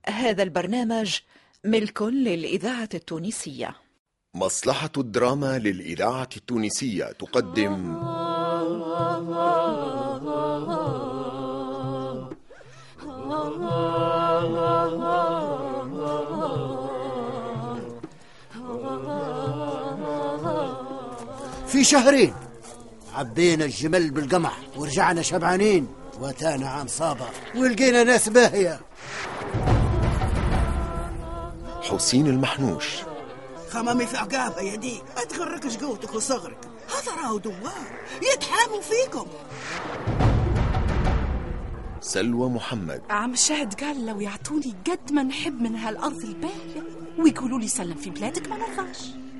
هذا البرنامج ملك للإذاعة التونسية. مصلحة الدراما للإذاعة التونسية تقدم في شهرين عبينا الجمل بالقمح ورجعنا شبعانين، واتانا عام صابر ولقينا ناس باهية. حسين المحنوش. خمامي في عقابة يا ديك، ما تغركش قوتك وصغرك، هذا راهو دوار يتحاموا فيكم. سلوى محمد. عم الشاهد قال لو يعطوني قد ما نحب من هالأرض الباهية ويقولوا لي سلم في بلادك ما نرضاش.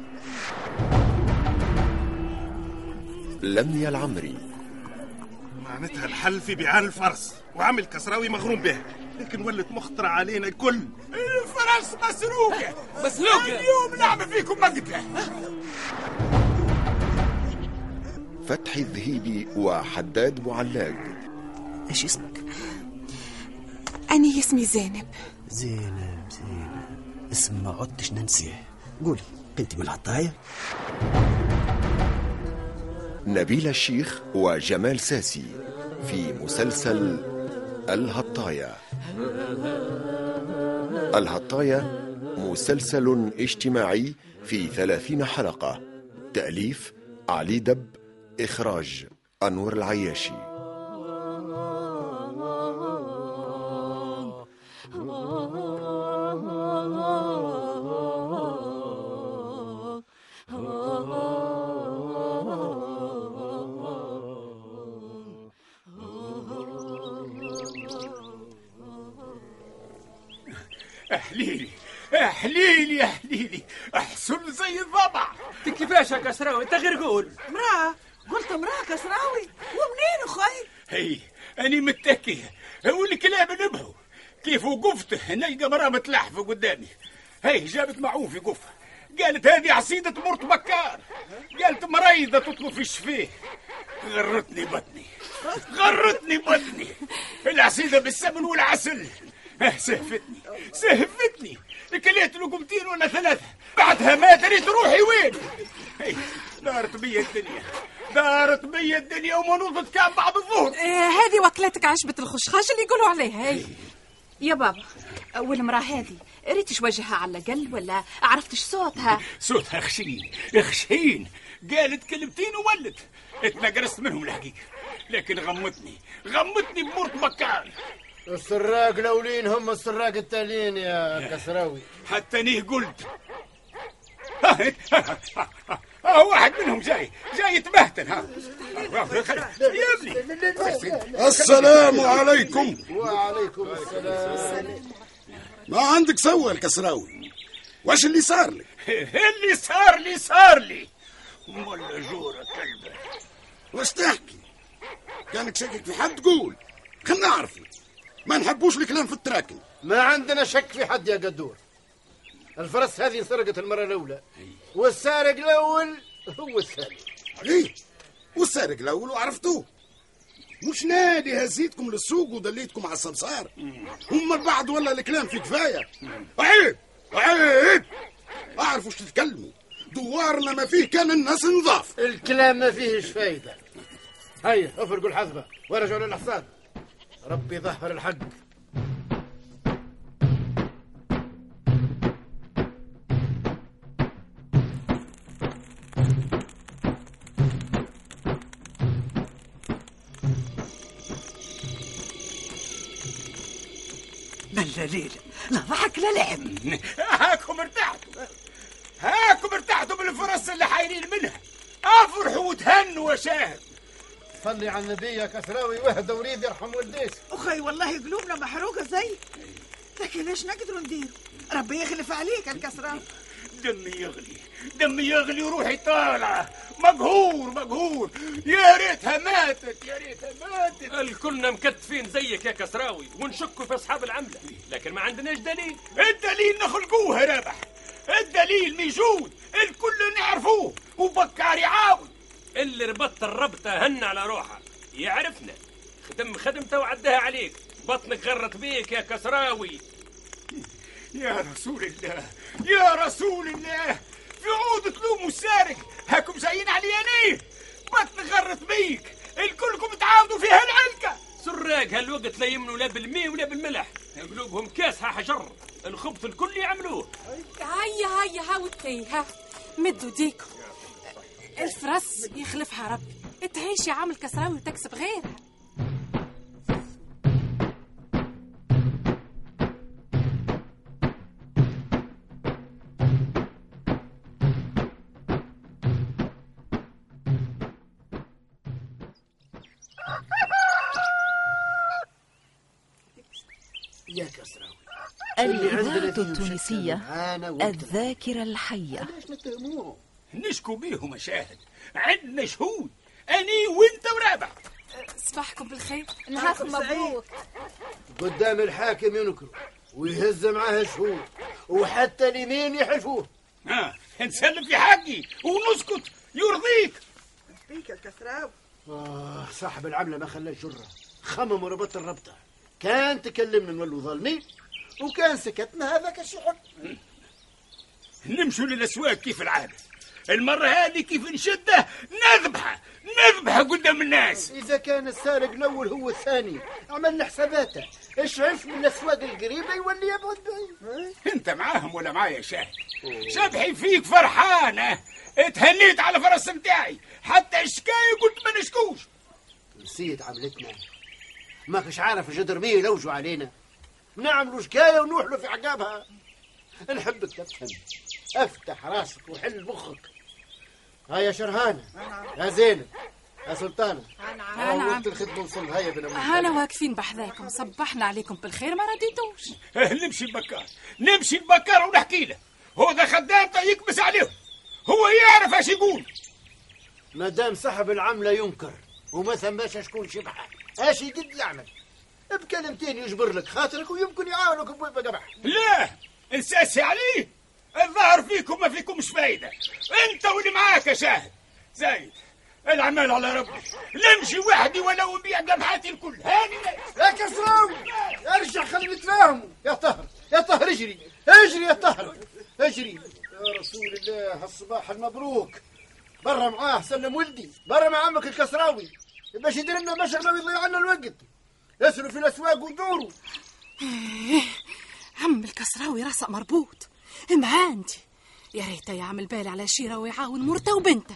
لميا العمري. معناتها الحل في بيعان الفرس، وعمل كسراوي مغروم به، لكن ولت مخطرة علينا الكل. الفرس مسروقة اليوم نعمل فيكم مقتلة. فتحي الذهيبي وحداد بوعلاق. ايش اسمك؟ أنا اسمي زينب. زينب اسم ما عدتش ننسيه. قولي بنتي من العطاية؟ نبيل الشيخ وجمال ساسي في مسلسل الهطاية. الهطاية مسلسل اجتماعي في 30 حلقة، تأليف علي دب، إخراج أنور العياشي. أحليلي أحسن زي الضبع. كيفاش يا كسراوي؟ انت غير قول. قلت مراه كسراوي. ومنين أخي؟ هي أني متكي والكلام نبهو. كيف وقفت نلقى مراه متلحفة قدامي. هي جابت معوف يقفها، قالت هذه عصيدة مرت بكار، قالت مريضة تطلب في الشفيه. غرتني بطني العصيدة بالسمن والعسل. سهفتني كليت لقمتين ولا ثلاثة، بعدها ما دريت روحي وين. دارت بي الدنيا وما نوضت كان بعد الظهر. هذه وكلتك عجبة الخشخاش اللي يقولوا عليها. هي يا بابا، والمراه هذه ريتش وجهها على الأقل ولا عرفتش صوتها خشين. قالت كلمتين وولت، اتنقرست منهم الحقيقة، لكن غمتني بمرت بكار. السراق الأولين هم السراق التاليين يا كسراوي. حتى نيه قلت واحد منهم جاي يتبهتن. يا ابني السلام عليكم. وعليكم السلام. ما عندك سوى الكسراوي؟ واش اللي صار لك؟ اللي صار لي ولا جورة كلبة. واش تحكي؟ كانك شاكك في حد قول خلنا نعرفه، ما نحبوش الكلام في التراكن. ما عندنا شك في حد يا قدور. الفرس هذه سرقت المرة الأولى، والسارق الأول هو الثاني. ايه والسارق الأول وعرفتوه. مش نادي هزيتكم للسوق ودليتكم على السمسار. هم البعض ولا الكلام في كفاية. عيب أعرفوا وش تتكلموا. دوارنا ما فيه كان الناس نضاف. الكلام ما فيهش فايدة. هيا افرقوا الحزبة ورجعوا للحصاد. ربي ظهر الحق. لا ليلة، لا ضحك لا لعب. هاكم ارتحتوا بالفرص اللي حايرين منها. افرحوا وتهنوا وشاهد. صلي على النبي يا كسراوي واهدى وريد يرحم والديك. أخي والله قلوبنا محروقة زي، لكن ايش نقدروا ندير؟ ربي يخلف عليك الكسراوي. دمي يغلي وروحي طالعة. مقهور. يا ريتها ماتت. الكلنا مكتفين زيك يا كسراوي ونشكوا في أصحاب العملة، لكن ما عندناش دليل. الدليل نخلقوه رابح. الدليل موجود، الكل نعرفوه وبكار يعاون. اللي ربط الربطة هن على روحه يعرفنا. خدمته وعدها عليك. بطنك غرت بيك يا كسراوي. يا رسول الله يا رسول الله، في عود تلوموا السارق، هاكم زين عليانيه، بطن غرت بيك، الكلكم تعاودوا في هالعلكة. سراق هالوقت لا يمنوا لا بالماء ولا بالملح، قلوبهم كاسها حجر، الخبث الكل يعملوه. هيا هاوتي ها مدوا ديكم، الفرس يخلفها ربي، تعيش يا عم الكسراوي وتكسب غيرها. يا كسراوي الإذاعة التونسية الذاكرة الحية. علاش نتهموه؟ نشكو بيهم مشاهد، عندنا شهود، أني وأنت ورابع. صباحكم بالخير، نهاركم مبروك. قدام الحاكم ينكروا ويهز معاه شهود وحتى اليمين يحلفوه. نسلم في حقي ونسكت يرضيك. فيك يا الكسراوي. صاحب العملة ما خلاه جرة، خمم وربط الربطة، كان تكلمنا نولوا ظالمين وكان سكتنا هذاك الشحن. نمشوا للأسواق كيف العادة، المرة هذه كيف نشده نذبحه قدام الناس. إذا كان السارق الأول هو الثاني عملنا حساباته، إيش عرف من الأسواق القريبة يولي يبعد بعيد. أنت معاهم ولا معايا يا شاهد؟ شبحي فيك فرحانة، اتهنيت على فرس متاعي، حتى الشكاية قلت ما نشكوش. نسيت عملتنا، ما كش عارف جدر بيه يلوجوا علينا، نعملوا شكاية ونوحلوا في عقابها. نحبك تفهم، افتح راسك وحل مخك. هيا شرهانة، يا زينب، يا سلطانة، أنا وقت الخدمة وصل. هيا بنا أنا واقفين بحذاكم، صبحنا عليكم بالخير ما رديتوش. نمشي البكار ونحكي له، هو ذا خدام يكبس عليهم، هو يعرف ايش يقول. ما دام صاحب العملة ينكر وما ثماش شكون شبحه، ايش يقد يعمل؟ بكلمتين يجبر لك خاطرك ويمكن يعاونك بويبة قبح. لا انساسي عليه، الظاهر فيكم ما فيكمش فايدة، انت واللي معاك يا شاهد. زايد العمال على ربي، نمشي وحدي ولو نبيع قمحاتي الكل. هاني يا كسراوي ارجع خلينا نتفاهموا. يا طهر اجري يا طهر اجري. يا رسول الله الصباح المبروك. برا معاه سلم ولدي، برا مع عمك الكسراوي باش يدير لنا مشغله ويضيع عنا الوقت. اسروا في الاسواق ودوروا. عم الكسراوي راسه مربوط معاندي، يا ريته يعمل بالي على شيره ويعاون مرته وبنته.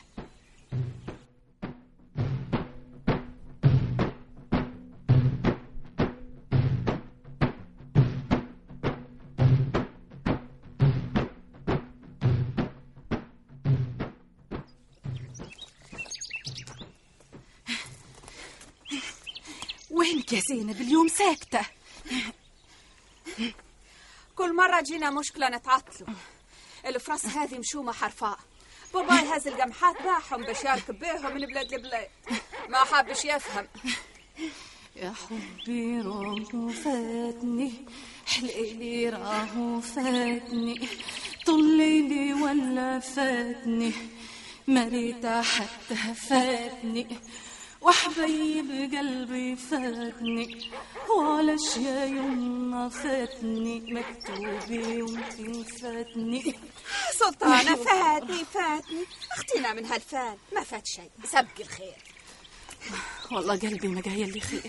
وينك يا زينب اليوم ساكتة؟ كل مرة جينا مشكلة نتعطلوا. الفرس هذه مشومة حرفاء، بابا يهز القمحات باعهم باش يركب بيهم من بلاد لبلاد، ما حابش يفهم. يا حبي راهو فاتني، حليلي راهو فاتني، طول ليلي ولا فاتني، مريتا حتى فاتني، وحبيب قلبي فاتني، وعلاش يا يما فاتني، مكتوبي وانتي فاتني. سلطانة فاتني اختنا من هالفال ما فات شيء، سبقي الخير. والله قلبي ما جاي لي خير،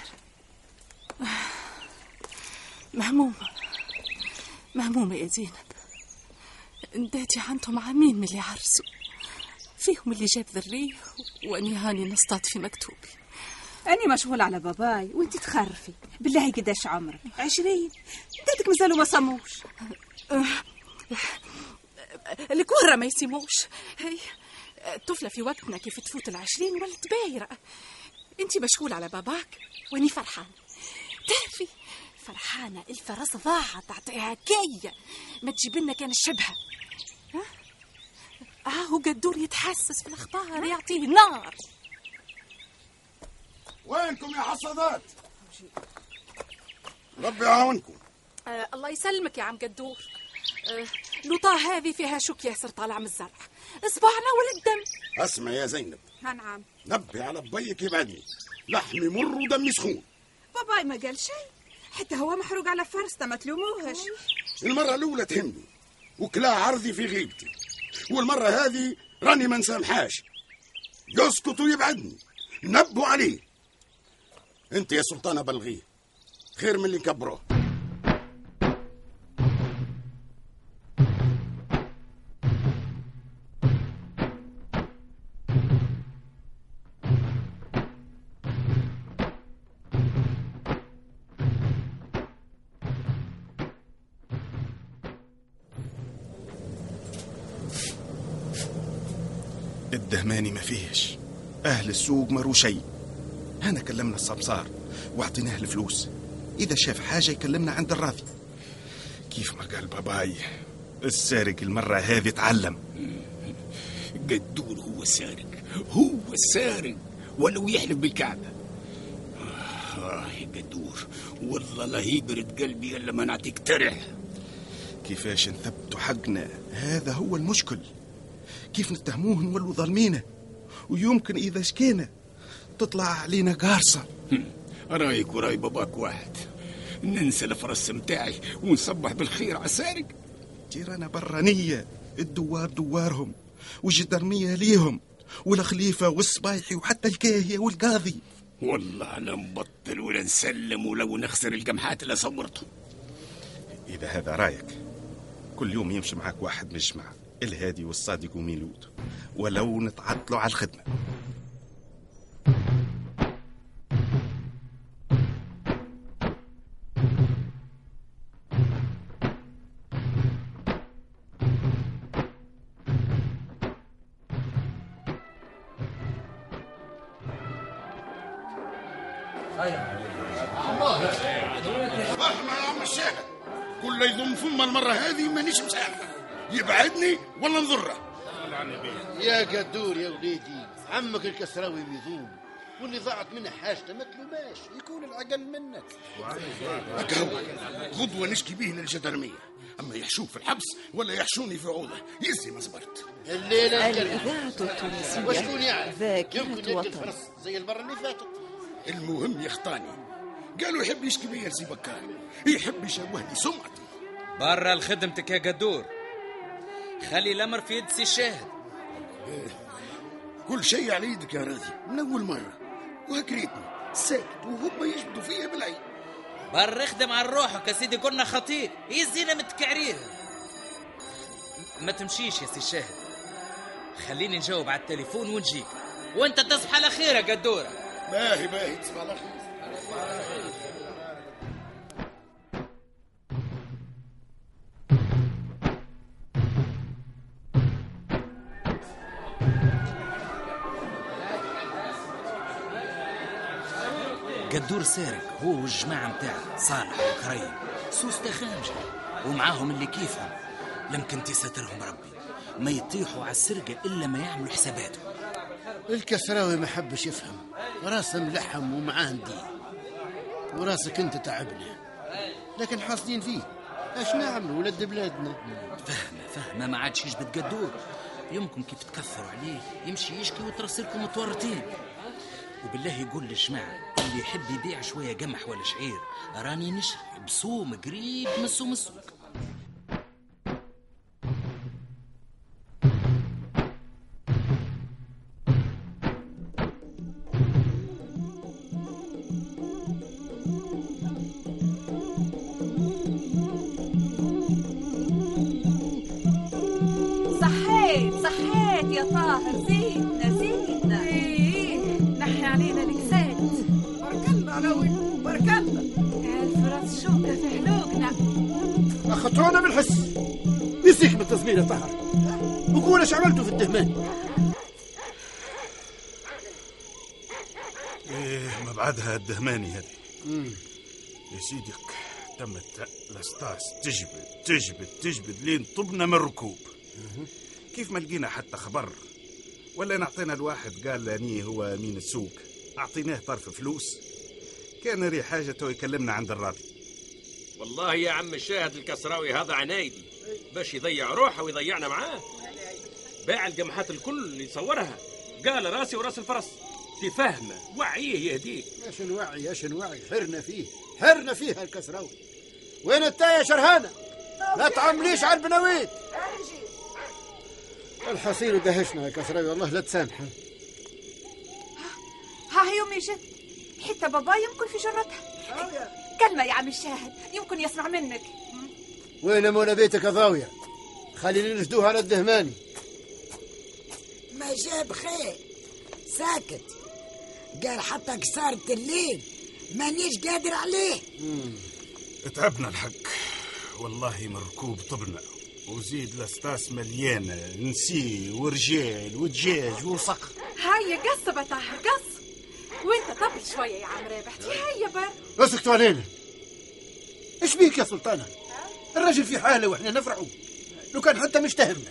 مهمومة يا زينب. نداتي عنتهم عامين من اللي عرسوا، فيهم اللي جاب ذريه واني هاني نصطاد في مكتوبي. أني مشغول على باباي وانتي تخرفي. بالله قداش عمرك؟ 20. دادك مازالوا ما صموش. الكورة ما يسيموش. هي الطفلة في وقتنا كيف تفوت 20 ولد بايرة. انتي مشغول على باباك واني فرحانة. تعرفي فرحانة الفرس ضاعت تعطيها كية ما تجيب لنا كان الشبهة. هو قدور يتحسس في الأخبار يعطيه نار. وينكم يا حصادات؟ ربي يعاونكم. الله يسلمك يا عم قدور. لوطا هذه فيها شوك ياسر طالع من الزرع، اصبعنا ولا الدم. اسمع يا زينب، نعم. نبي على بيك يبعدني، لحمي مر ودمي سخون. باباي ما قال شيء، حتى هو محروق على فرسته ما تلوموهش. المرة الأولى تهمني وكلا عرضي في غيبتي، والمرة هذه راني ما نسامحاش. يسكت ويبعدني، نبوا عليه. انت يا سلطانة بلغيه خير من اللي كبروه. الدهماني ما فيهش، أهل السوق مروا شيء. هنا كلمنا السمسار واعطيناه الفلوس، إذا شاف حاجة يكلمنا عند الراضي. كيف ما قال باباي، السارق المرة هذه تعلم. قدور هو السارق، هو السارق ولو يحلف بالكعبة. يا قدور والله لا يبرد قلبي إلا ما نعطيك ترح. كيفاش نثبتوا حقنا؟ هذا هو المشكل. كيف نتهموه نولوا ظالمينه، ويمكن إذا شكينا تطلع علينا قارصة. رايك وراي باباك واحد، ننسى الفرس متاعي ونصبح بالخير على السارق. جيرانا برانية، الدوار دوارهم والجدرمية ليهم، والخليفة والصبايحي وحتى الكاهية والقاضي. والله لا نبطل ولا نسلم ولو نخسر القمحات اللي صورتهم. إذا هذا رايك، كل يوم يمشي معك واحد من الجماعة، الهادي والصادق وميلود، ولو نتعطلوا على الخدمة. اسمع يا عم الشاهد، كل يضم فم المرة هذه مانيش مسامحه، يبعدني ولا نضره. يا قدور يا وليدي، عمك الكسراوي ميزوم، واللي ضاعت منه حاجته ما تلوماش، يكون العقل منك. هكا غدوة نشكي به للجدرمية، أما يحشوك في الحبس ولا يحشوني في عوضة يزي ما صبرت. الليلة الإذاعة التونسية وشكون يعرف ذاكرة وطن زي المرة اللي فاتت. المهم يخطاني، قالوا يحب يشكي بيا لسي بكار، يحب يشوه لي سمعتي. برا لخدمتك يا قدور، خلي الأمر في يد سي الشاهد. كل شيء على يدك يا راضي من أول مرة، وهكريتني ساكت وهم يشبدوا فيا بالعين. برا اخدم على روحك يا سيدي، قلنا خطير يزينا متكعرين. ما تمشيش يا سي الشاهد، خليني نجاوب على التليفون ونجيك، وانت تصحى على خير يا قدورة. باهي تصحى على خير. قدور سارق هو والجماعة متاعه صالح وكريم سوسته خامجة، ومعاهم اللي كيفهم. لمكن تسترهم ربي ما يطيحوا على السرقة إلا ما يعملوا حساباتهم. الكسراوي ما حبش يفهم، راسه ملحم ومعاه دين، وراسك انت تعبنا، لكن حاصلين فيه. اش نعمل ولد بلادنا؟ فهمة ما عادش يجبد قدور. يمكن كيف تكثروا عليه يمشي يشكي وترسلكم متورطين. وبالله يقول للجماعة اللي يحب يبيع شوية قمح ولا شعير، راني نشري بصوم قريب من سوم السوق. صحيت يا طاهر، زيدنا نحي علينا الكساد. بارك الله لوي بارك الله. الفرس شوكة في حلوقنا، أخطرونا بالحس. يسيك من التصغير يا طاهر، وقول ايش عملتوا في الدهمان. ما بعدها الدهماني هذا يا سيدك تمت الأسطاس تجبد لين طبنا من الركوب. كيف ما لقينا حتى خبر ولا نعطينا الواحد قال لاني هو امين السوق، اعطيناه طرف فلوس، كان ري حاجته يكلمنا عند الراضي. والله يا عم الشاهد الكسراوي هذا عنايدي باش يضيع روحه ويضيعنا معاه. باع القمحات الكل اللي يصورها، قال راسي وراس الفرس. تفهمه وعيه يهديك. ايش الوعي حرنا فيه الكسراوي. وين انت يا شرهانه؟ ما تعمليش على البناويت. الحصيل دهشنا يا كسراوي، والله لا تسامحه. ها يومي جد، حتى بابا يمكن في جرتها. كلمة يا عم الشاهد، يمكن يسمع منك. وين منى بيتك يا ضاوية؟ خليني نشدوها على الدهماني. ما جاب خير، ساكت. قال حتى كسارة الليل مانيش قادر عليه. تعبنا الحق والله، مركوب طبنا، وزيد لاستاس مليانة نسي ورجال ودجاج وصقر. هيا قص بطاهر قص، وانت طبل شوية يا عم رابح. هيا بر اسكتوا علينا. ايش بيك يا سلطانة؟ الرجل في حاله واحنا نفرحوا، لو كان حتى مش تهمنا.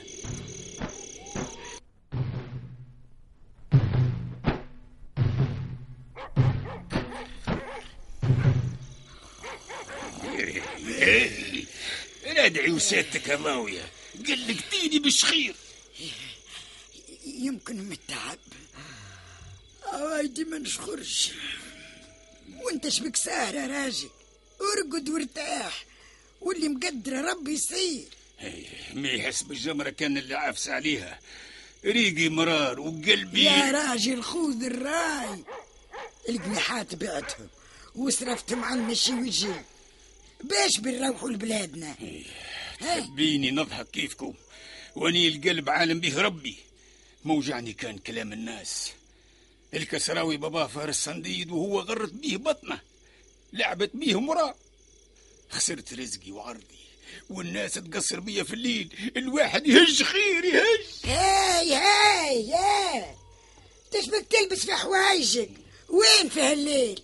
ندعي وسيادتك يا ماوية، قلقتيني بالشخير. يمكن متعب، ايدي ما نشخرش. وانت شبك سهر يا راجل، ارقد وارتاح، واللي مقدر ربي يصير. ما يحس بالجمرة كان اللي عافس عليها، ريقي مرار وقلبي. يا راجل خذ الراي، الجناحات بعتهم وصرفتهم على المشي والجي، باش بنروحوا لبلادنا. تحبيني نضحك كيفكم واني القلب عالم به ربي. موجعني كان كلام الناس. الكسراوي بابا فارس صنديد وهو غرت بيه بطنه، لعبت بيه مراه. خسرت رزقي وعرضي، والناس تقصر بيا في الليل، الواحد يهج خير يهج. هاي تشبك تلبس في حوايجك، وين في هالليل؟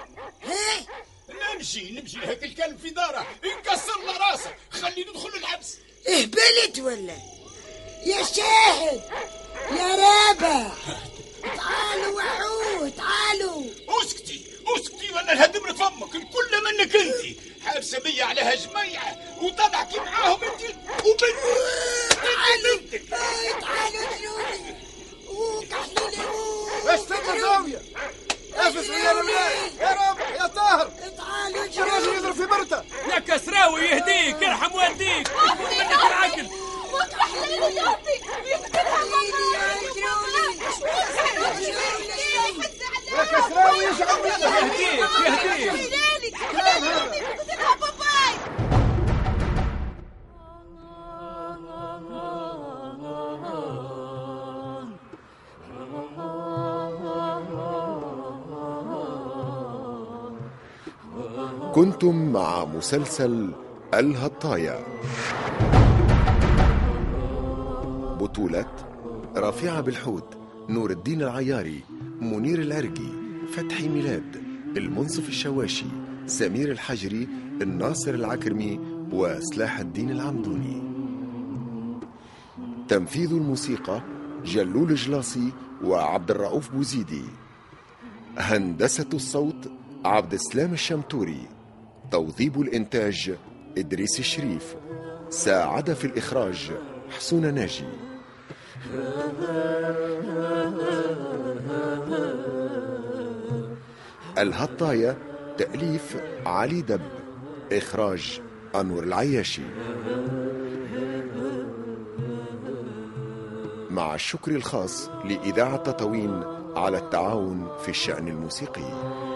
نمشي هيك الكلب في داره ينكسر له راسه، خليه ندخل الحبس. اهبلت ولا؟ يا شاهد يا رابح، تعالوا وعود تعالوا. اسكتي ولا نهدم لك فمك، الكل منك انت حابسه بيا عليها جميعه وتضحكي معاهم انت تعالوا جنوني وكحليلي. ايش تبغى زاوية؟ نفس يا رميان يا رابح يا طاهر. تعالوا الراجل يضرب في مرته. يا كسراوي يهديك، يرحم والديك، يكون منك العقل. واطرح لي ياطي يقتلها يا كسراوي يشعر يهديك. يقتلها باباي. كنتم مع مسلسل الهطاية، بطولة رافعة بالحوت، نور الدين العياري، منير العرقي، فتحي ميلاد، المنصف الشواشي، سمير الحجري، الناصر العكرمي، وسلاح الدين العمدوني. تنفيذ الموسيقى جلول جلاصي وعبد الرؤوف بوزيدي. هندسة الصوت عبد السلام الشمتوري. توظيب الإنتاج إدريس الشريف. ساعد في الإخراج حسون ناجي. الهطاية تأليف علي دب، إخراج أنور العياشي، مع الشكر الخاص لإذاعة تطاوين على التعاون في الشأن الموسيقي.